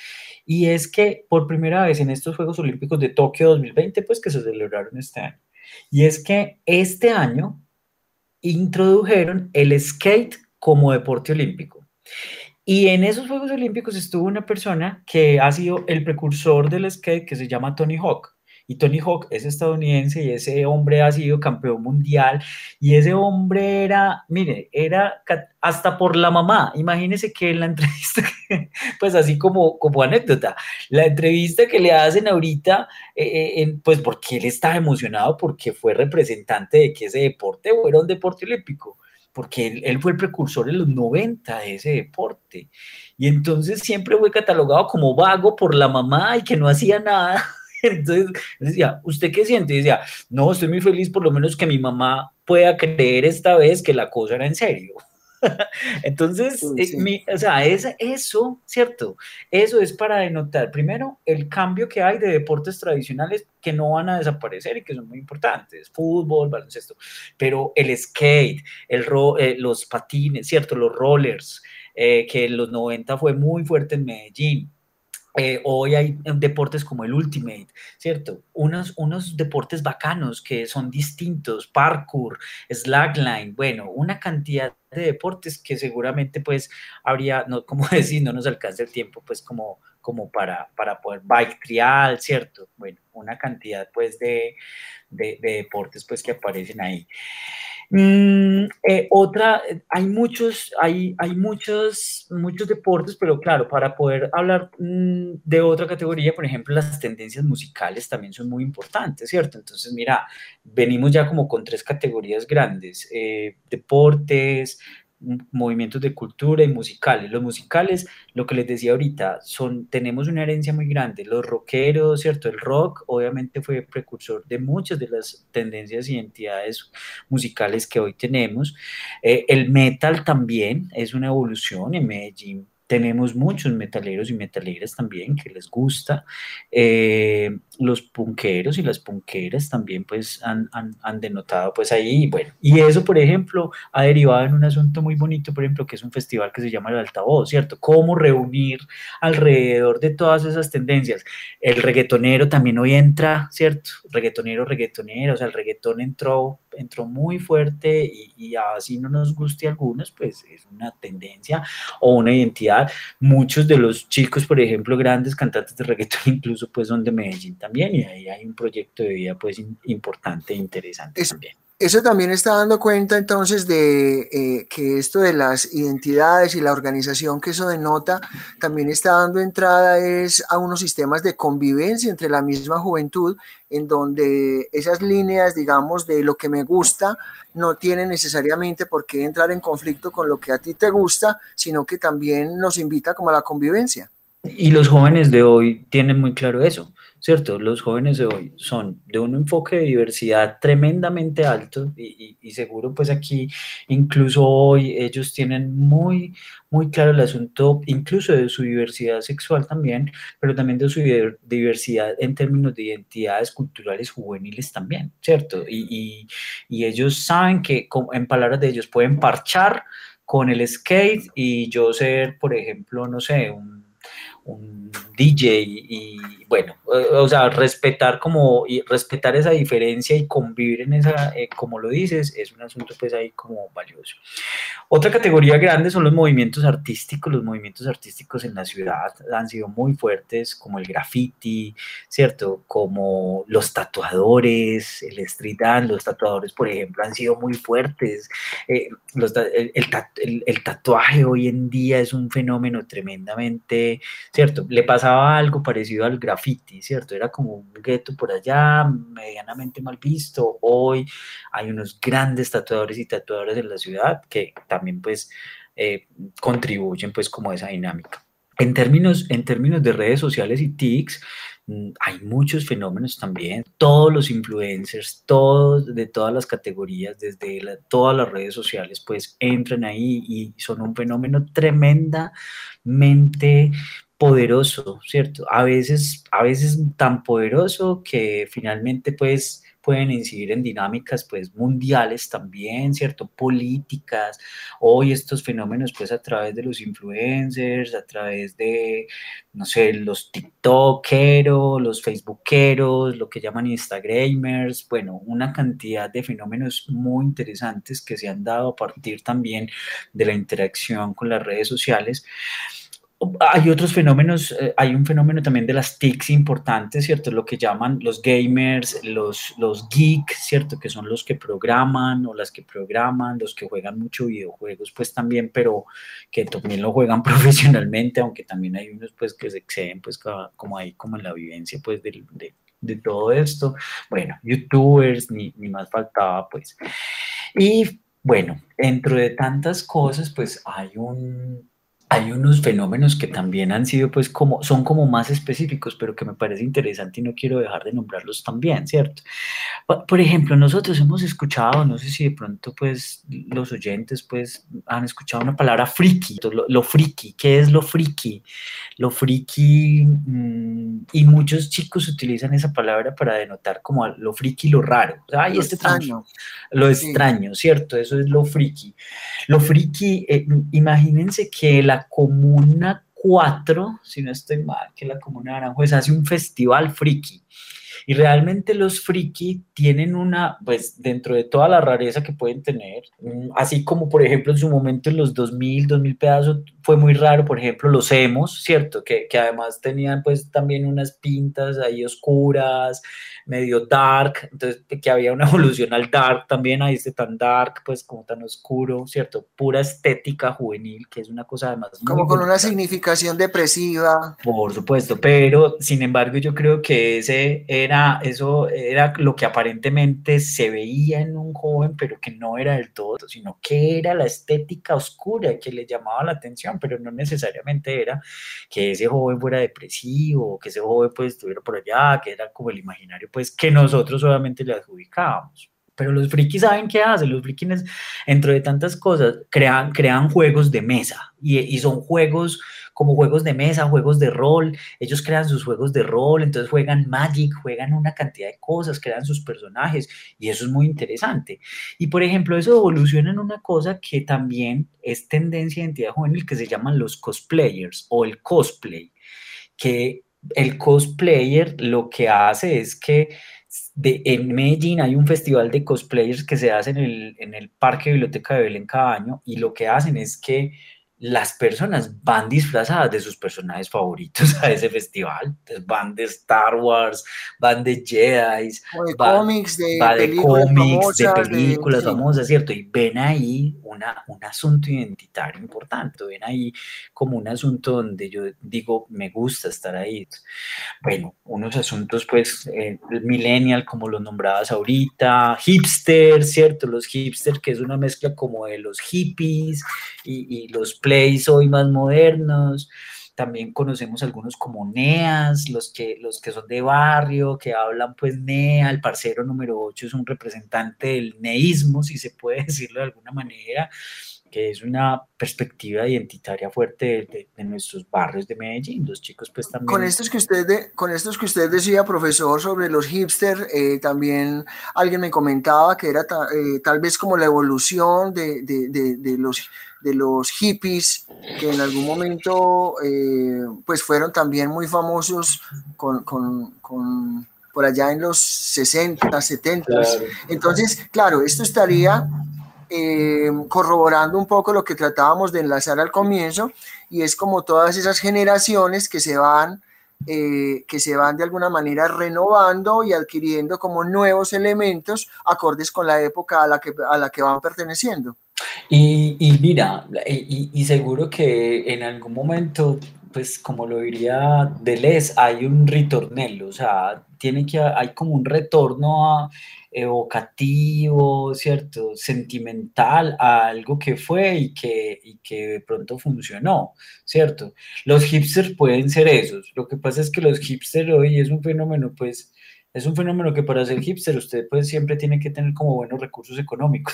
Y es que por primera vez en estos Juegos Olímpicos de Tokio dos mil veinte, pues que se celebraron este año, y es que este año introdujeron el skate como deporte olímpico. Y en esos Juegos Olímpicos estuvo una persona que ha sido el precursor del skate, que se llama Tony Hawk. Y Tony Hawk es estadounidense y ese hombre ha sido campeón mundial. Y ese hombre era, mire, era hasta por la mamá. Imagínese que en la entrevista, pues así como, como anécdota, la entrevista que le hacen ahorita, eh, eh, pues porque él está emocionado porque fue representante de que ese deporte fuera un deporte olímpico, porque él, él fue el precursor en los noventa de ese deporte. Y entonces siempre fue catalogado como vago por la mamá y que no hacía nada. Entonces decía, ¿usted qué siente? Y decía, no, estoy muy feliz por lo menos que mi mamá pueda creer esta vez que la cosa era en serio. Entonces, Sí, eh, sí. mi, o sea, es, eso, ¿cierto? Eso es para denotar, primero, el cambio que hay de deportes tradicionales que no van a desaparecer y que son muy importantes, fútbol, baloncesto, pero el skate, el ro, eh, los patines, ¿cierto? Los rollers, eh, que en los noventa fue muy fuerte en Medellín. Eh, hoy hay deportes como el Ultimate, ¿cierto? Unos, unos deportes bacanos que son distintos, parkour, slackline, bueno, una cantidad de deportes que seguramente pues habría, no, como decir, no nos alcanza el tiempo pues como, como para, para poder bike trial, ¿cierto? Bueno, una cantidad pues de, de, de deportes pues que aparecen ahí. Mm, eh, otra, hay muchos, hay, hay muchos, muchos deportes, pero claro, para poder hablar mm, de otra categoría, por ejemplo, las tendencias musicales también son muy importantes, ¿cierto? Entonces, mira, venimos ya como con tres categorías grandes, eh, deportes, movimientos de cultura y musicales. Los musicales, lo que les decía ahorita, son, tenemos una herencia muy grande. Los rockeros, ¿cierto? El rock obviamente fue precursor de muchas de las tendencias y identidades musicales que hoy tenemos. Eh, el metal también es una evolución. En Medellín tenemos muchos metaleros y metaleras también que les gusta. Eh, los punqueros y las punqueras también pues han, han, han denotado pues ahí, bueno, y eso por ejemplo ha derivado en un asunto muy bonito, por ejemplo, que es un festival que se llama El Altavoz, ¿cierto? Cómo reunir alrededor de todas esas tendencias. El reggaetonero también hoy entra, ¿cierto? Reggaetonero, reggaetonero, o sea, el reggaetón entró, entró muy fuerte y, y así no nos guste a algunos, pues es una tendencia o una identidad. Muchos de los chicos, por ejemplo, grandes cantantes de reggaetón incluso pues son de Medellín también y ahí hay un proyecto de vida pues importante e interesante Es, también. Eso también está dando cuenta entonces de eh, que esto de las identidades y la organización que eso denota también está dando entrada es a unos sistemas de convivencia entre la misma juventud, en donde esas líneas, digamos, de lo que me gusta no tienen necesariamente por qué entrar en conflicto con lo que a ti te gusta, sino que también nos invita como a la convivencia. Y los jóvenes de hoy tienen muy claro eso, ¿cierto? Los jóvenes de hoy son de un enfoque de diversidad tremendamente alto y, y, y seguro pues aquí incluso hoy ellos tienen muy, muy claro el asunto incluso de su diversidad sexual también, pero también de su diversidad en términos de identidades culturales juveniles también, ¿cierto? Y, y, y ellos saben que como en palabras de ellos pueden parchar con el skate y yo ser, por ejemplo, no sé, un un D J y, y bueno, o sea, respetar como y respetar esa diferencia y convivir en esa, eh, como lo dices, es un asunto pues ahí como valioso. Otra categoría grande son los movimientos artísticos. Los movimientos artísticos en la ciudad han sido muy fuertes, como el graffiti, ¿cierto? Como los tatuadores, el street dance, los tatuadores, por ejemplo, han sido muy fuertes. Eh, los, el, el, el, el tatuaje hoy en día es un fenómeno tremendamente, ¿cierto? Le pasaba algo parecido al graffiti, ¿cierto? Era como un gueto por allá, medianamente mal visto. Hoy hay unos grandes tatuadores y tatuadoras en la ciudad que también pues eh, contribuyen pues como a esa dinámica. En términos, en términos de redes sociales y TICs, hay muchos fenómenos también, todos los influencers, todos de todas las categorías, desde la, todas las redes sociales, pues entran ahí y son un fenómeno tremendamente poderoso, ¿cierto? A veces, a veces tan poderoso que finalmente pues pueden incidir en dinámicas pues mundiales también, ¿cierto? Políticas. Hoy estos fenómenos pues a través de los influencers, a través de, no sé, los tiktokeros, los facebookeros, lo que llaman instagramers, bueno, una cantidad de fenómenos muy interesantes que se han dado a partir también de la interacción con las redes sociales. Hay otros fenómenos, eh, hay un fenómeno también de las TICs importantes, ¿cierto? Lo que llaman los gamers, los, los geeks, ¿cierto? Que son los que programan o las que programan, los que juegan mucho videojuegos, pues también, pero que también lo juegan profesionalmente, aunque también hay unos pues que se exceden pues como ahí, como en la vivencia pues de, de, de todo esto. Bueno, youtubers, ni, ni más faltaba pues. Y bueno, dentro de tantas cosas pues hay un hay unos fenómenos que también han sido, pues, como, son como más específicos, pero que me parece interesante y no quiero dejar de nombrarlos también, ¿cierto? Por ejemplo, nosotros hemos escuchado, no sé si de pronto, pues, los oyentes, pues, han escuchado una palabra friki, lo, lo friki, ¿qué es lo friki? Lo friki, mmm, y muchos chicos utilizan esa palabra para denotar como lo friki, lo raro. Ay, Lo este tan, extraño. lo Sí. extraño, ¿cierto? Eso es lo friki. Lo friki, eh, imagínense que la Comuna cuatro, si no estoy mal, que la Comuna de Aranjuez hace un festival friki. Y realmente los friki tienen una, pues dentro de toda la rareza que pueden tener, así como por ejemplo en su momento en los dos mil, dos mil pedazos fue muy raro, por ejemplo los emos, ¿cierto? Que, que además tenían pues también unas pintas ahí oscuras, medio dark, entonces que había una evolución al dark también, ahí este tan dark, pues como tan oscuro, ¿cierto? Pura estética juvenil, que es una cosa además muy Como con una bonita. significación depresiva. Por supuesto, pero sin embargo yo creo que ese era, eso era lo que aparentemente se veía en un joven, pero que no era del todo, sino que era la estética oscura que le llamaba la atención, pero no necesariamente era que ese joven fuera depresivo, que ese joven pues estuviera por allá, que era como el imaginario pues que nosotros solamente le adjudicábamos. pero los frikis saben qué hacen, los frikis, dentro de tantas cosas, crean, crean juegos de mesa, y, y son juegos como juegos de mesa, juegos de rol, ellos crean sus juegos de rol, entonces juegan Magic, juegan una cantidad de cosas, crean sus personajes, y eso es muy interesante. Y por ejemplo, eso evoluciona en una cosa que también es tendencia de identidad juvenil, que se llaman los cosplayers o el cosplay, que el cosplayer lo que hace es que de, en Medellín hay un festival de cosplayers que se hace en el, en el Parque Biblioteca de Belén cada año, y lo que hacen es que las personas van disfrazadas de sus personajes favoritos a ese festival. Entonces van de Star Wars, van de Jedi, O de va, cómics, de va de películas cómics, de famosas, de, películas sí. famosas, ¿cierto? Y ven ahí una, un asunto identitario importante, ven ahí como un asunto donde yo digo, me gusta estar ahí. Bueno, unos asuntos pues eh, millennial, como los nombrabas ahorita, hipster, ¿cierto? Los hipster, que es una mezcla como de los hippies y, y los plays hoy más modernos. También conocemos algunos como neas, los que, los que son de barrio, que hablan pues nea. El parcero número ocho es un representante del neísmo, si se puede decirlo de alguna manera, que es una perspectiva identitaria fuerte de, de, de nuestros barrios de Medellín. Los chicos pues Con también... estos que usted, de, con estos que usted decía, profesor, sobre los hipsters, eh, también alguien me comentaba que era ta, eh, tal vez como la evolución de, de, de, de, los, de los hippies, que en algún momento eh, pues fueron también muy famosos con, con, con, por allá en los sesenta, setenta. Claro. Entonces, claro, esto estaría eh, corroborando un poco lo que tratábamos de enlazar al comienzo, y es como todas esas generaciones que se van, eh, que se van de alguna manera renovando y adquiriendo como nuevos elementos acordes con la época a la que, a la que van perteneciendo. Y, y mira, y, y seguro que en algún momento, pues como lo diría Deleuze, hay un ritornello, o sea, tiene que, hay como un retorno a- evocativo, ¿cierto? Sentimental a algo que fue y que, y que de pronto funcionó, ¿cierto? Los hipsters pueden ser esos. Lo que pasa es que los hipsters hoy es un fenómeno, pues, es un fenómeno que para ser hipster usted pues siempre tiene que tener como buenos recursos económicos.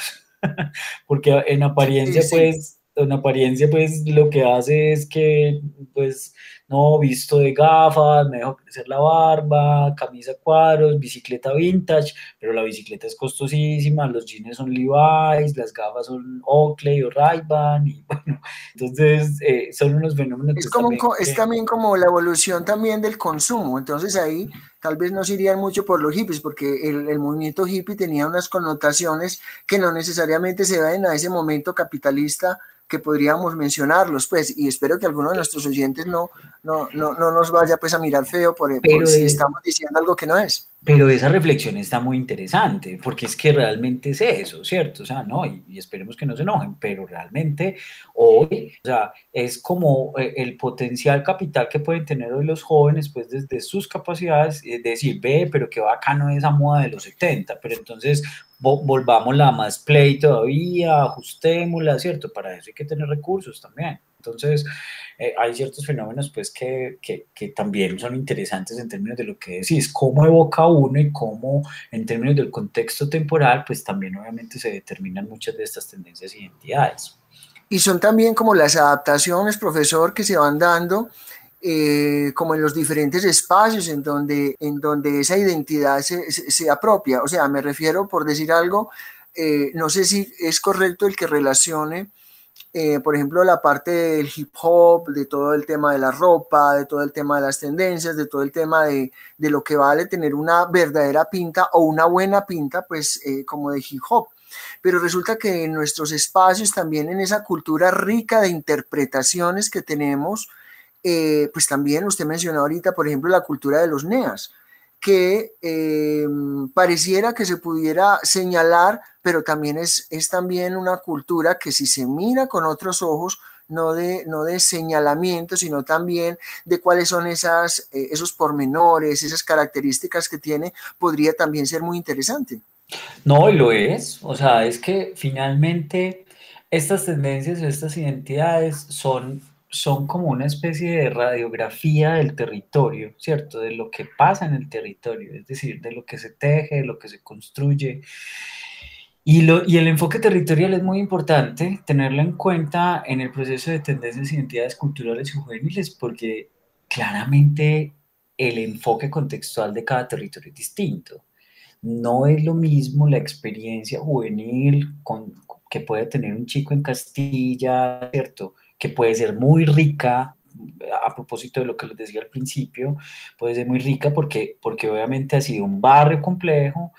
Porque en Sí, apariencia, sí. pues, en apariencia, pues, lo que hace es que, pues, no, visto de gafas, me dejo crecer la barba, camisa cuadros, bicicleta vintage, pero la bicicleta es costosísima, los jeans son Levi's, las gafas son Oakley o Ray-Ban, y bueno, entonces, eh, son unos fenómenos, Es, pues, como un, también es que... también como la evolución también del consumo. Entonces ahí tal vez no se irían mucho por los hippies, porque el, el movimiento hippie tenía unas connotaciones que no necesariamente se ven a ese momento capitalista que podríamos mencionarlos, pues, y espero que alguno de nuestros oyentes no, no, no, no nos vaya pues a mirar feo por, por Pero si de, estamos diciendo algo que no es. Pero esa reflexión está muy interesante, porque es que realmente es eso, ¿cierto? O sea, no, y, y esperemos que no se enojen, pero realmente hoy, o sea, es como eh, el potencial capital que pueden tener hoy los jóvenes, pues desde sus capacidades, es decir, ve, pero qué bacano esa moda de los setenta, pero entonces vo volvámosla más play todavía, ajustémosla, ¿cierto? Para eso hay que tener recursos también. Entonces, eh, hay ciertos fenómenos pues que, que, que, también son interesantes en términos de lo que decís, cómo evoca uno y cómo en términos del contexto temporal pues también obviamente se determinan muchas de estas tendencias e identidades. Y son también como las adaptaciones, profesor, que se van dando eh, como en los diferentes espacios en donde, en donde esa identidad se, se, se apropia. O sea, me refiero, por decir algo, eh, no sé si es correcto el que relacione, eh, por ejemplo, la parte del hip hop, de todo el tema de la ropa, de todo el tema de las tendencias, de todo el tema de, de lo que vale tener una verdadera pinta o una buena pinta, pues eh, como de hip hop. Pero resulta que en nuestros espacios, también en esa cultura rica de interpretaciones que tenemos, eh, pues también usted mencionó ahorita, por ejemplo, la cultura de los neas, que eh, pareciera que se pudiera señalar, pero también es, es también una cultura que si se mira con otros ojos, no de, no de señalamiento, sino también de cuáles son esas, eh, esos pormenores, esas características que tiene, podría también ser muy interesante. No, y lo es, o sea, es que finalmente estas tendencias o estas identidades son, son como una especie de radiografía del territorio, ¿cierto? De lo que pasa en el territorio, es decir, de lo que se teje, de lo que se construye. Y, lo, y el enfoque territorial es muy importante tenerlo en cuenta en el proceso de tendencias e identidades culturales y juveniles, porque claramente el enfoque contextual de cada territorio es distinto. No es lo mismo la experiencia juvenil con, que puede tener un chico en Castilla, ¿cierto? Que puede ser muy rica, a propósito de lo que les decía al principio, puede ser muy rica porque, porque obviamente ha sido un barrio complejo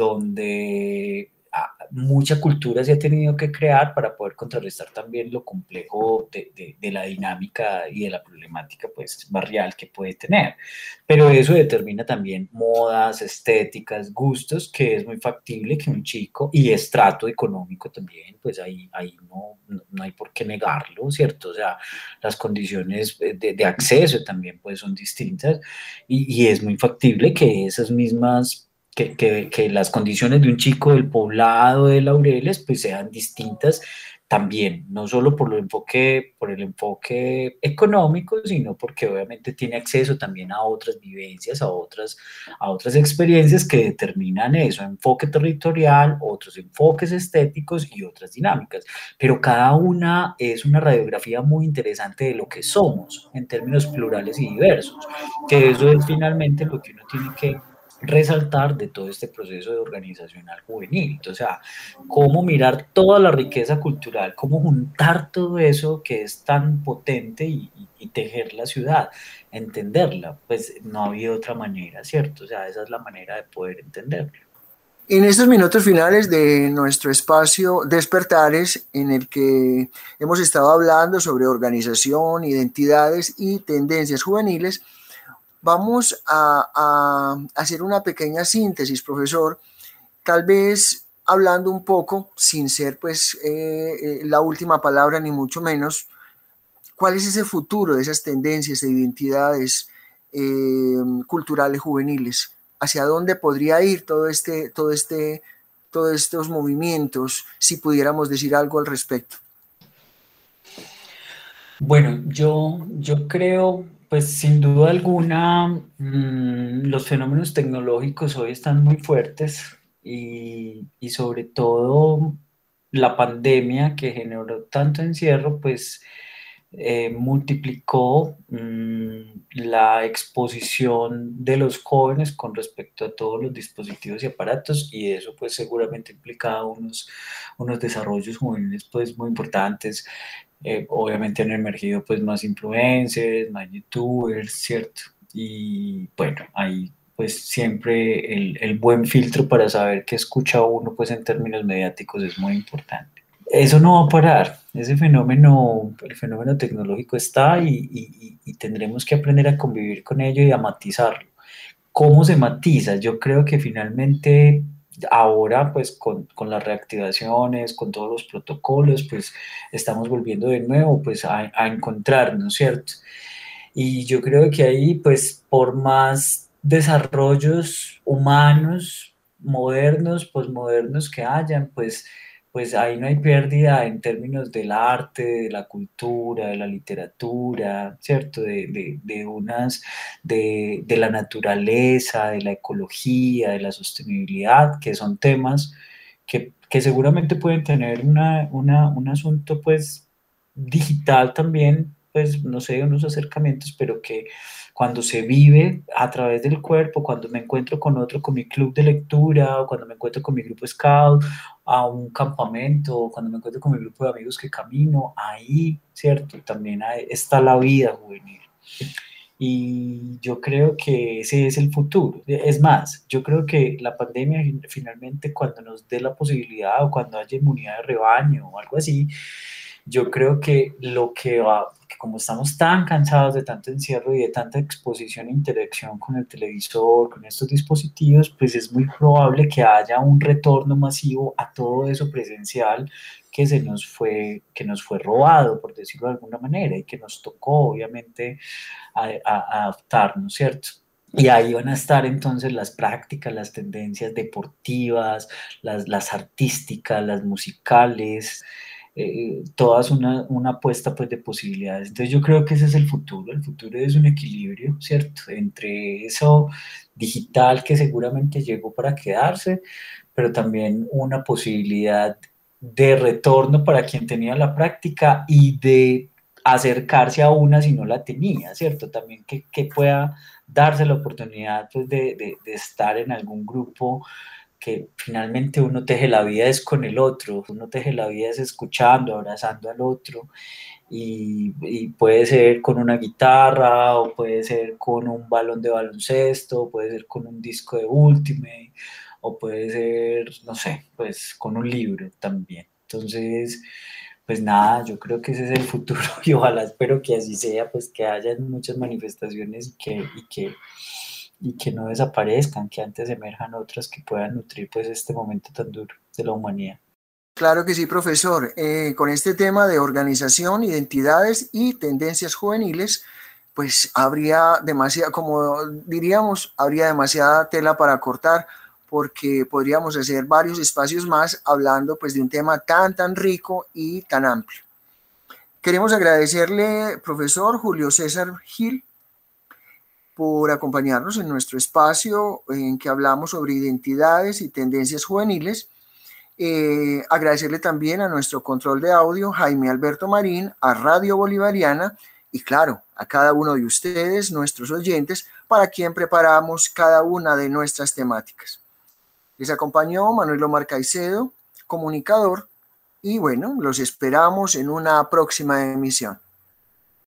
donde ah, mucha cultura se ha tenido que crear para poder contrarrestar también lo complejo de, de, de la dinámica y de la problemática pues, barrial que puede tener. Pero eso determina también modas, estéticas, gustos, que es muy factible que un chico, y estrato económico también, pues ahí, ahí no, no, no hay por qué negarlo, ¿cierto? O sea, las condiciones de, de acceso también pues son distintas y, y es muy factible que esas mismas que, que, que, las condiciones de un chico del poblado de Laureles pues sean distintas también, no solo por, lo enfoque, por el enfoque económico, sino porque obviamente tiene acceso también a otras vivencias, a otras, a otras experiencias que determinan eso, enfoque territorial, otros enfoques estéticos y otras dinámicas. Pero cada una es una radiografía muy interesante de lo que somos en términos plurales y diversos, que eso es finalmente lo que uno tiene que resaltar de todo este proceso de organizacional juvenil. O sea, cómo mirar toda la riqueza cultural, cómo juntar todo eso que es tan potente y, y, y tejer la ciudad, entenderla, pues no había otra manera, ¿cierto? O sea, esa es la manera de poder entenderlo. En estos minutos finales de nuestro espacio Despertares, en el que hemos estado hablando sobre organización, identidades y tendencias juveniles, vamos a, a hacer una pequeña síntesis, profesor, tal vez hablando un poco, sin ser pues eh, la última palabra ni mucho menos, ¿cuál es ese futuro de esas tendencias e identidades eh, culturales juveniles? ¿Hacia dónde podría ir todo este, todo este, todos estos movimientos, si pudiéramos decir algo al respecto? Bueno, yo, yo creo, pues sin duda alguna, mmm, los fenómenos tecnológicos hoy están muy fuertes y, y sobre todo la pandemia que generó tanto encierro, pues eh, multiplicó mmm, la exposición de los jóvenes con respecto a todos los dispositivos y aparatos y eso pues seguramente implica unos, unos desarrollos juveniles pues muy importantes. Eh, obviamente han emergido pues más influencers, más youtubers, ¿cierto? Y bueno, ahí pues siempre el, el buen filtro para saber qué escucha uno pues en términos mediáticos es muy importante. Eso no va a parar, ese fenómeno, el fenómeno tecnológico está y, y, y tendremos que aprender a convivir con ello y a matizarlo. ¿Cómo se matiza? Yo creo que finalmente ahora, pues con, con las reactivaciones, con todos los protocolos, pues estamos volviendo de nuevo pues a, a encontrarnos, ¿cierto? Y yo creo que ahí, pues por más desarrollos humanos, modernos, posmodernos que hayan, pues pues ahí no hay pérdida en términos del arte, de la cultura, de la literatura, ¿cierto? De, de, de unas, de, de la naturaleza, de la ecología, de la sostenibilidad, que son temas que, que seguramente pueden tener una, una, un asunto, pues, digital también, pues, no sé, unos acercamientos, pero que cuando se vive a través del cuerpo, cuando me encuentro con otro, con mi club de lectura, o cuando me encuentro con mi grupo scout, a un campamento, cuando me encuentro con mi grupo de amigos que camino, ahí, ¿cierto? También hay, está la vida juvenil. Y yo creo que ese es el futuro. Es más, yo creo que la pandemia finalmente cuando nos dé la posibilidad o cuando haya inmunidad de rebaño o algo así, yo creo que lo que va, que como estamos tan cansados de tanto encierro y de tanta exposición e interacción con el televisor, con estos dispositivos, pues es muy probable que haya un retorno masivo a todo eso presencial que se nos fue, que nos fue robado, por decirlo de alguna manera, y que nos tocó, obviamente, a, a, a adaptarnos, ¿cierto? Y ahí van a estar entonces las prácticas, las tendencias deportivas, las, las artísticas, las musicales, eh, todas una, una apuesta pues de posibilidades. Entonces yo creo que ese es el futuro. El futuro es un equilibrio, ¿cierto? Entre eso digital que seguramente llegó para quedarse, pero también una posibilidad de retorno para quien tenía la práctica y de acercarse a una si no la tenía, ¿cierto? También que, que pueda darse la oportunidad pues, de, de, de estar en algún grupo, que finalmente uno teje la vida es con el otro, uno teje la vida es escuchando, abrazando al otro, y, y puede ser con una guitarra, o puede ser con un balón de baloncesto, o puede ser con un disco de Ultimate, o puede ser, no sé, pues con un libro también. Entonces, pues nada, yo creo que ese es el futuro y ojalá espero que así sea, pues que haya muchas manifestaciones y que, y que, y que no desaparezcan, que antes emerjan otras que puedan nutrir pues este momento tan duro de la humanidad. Claro que sí, profesor. Eh, con este tema de organización, identidades y tendencias juveniles, pues habría demasiada, como diríamos, habría demasiada tela para cortar, porque podríamos hacer varios espacios más hablando pues de un tema tan, tan rico y tan amplio. Queremos agradecerle, profesor Julio César Gil, por acompañarnos en nuestro espacio en que hablamos sobre identidades y tendencias juveniles. Eh, agradecerle también a nuestro control de audio, Jaime Alberto Marín, a Radio Bolivariana y claro, a cada uno de ustedes, nuestros oyentes, para quien preparamos cada una de nuestras temáticas. Les acompañó Manuel Omar Caicedo, comunicador, y bueno, los esperamos en una próxima emisión.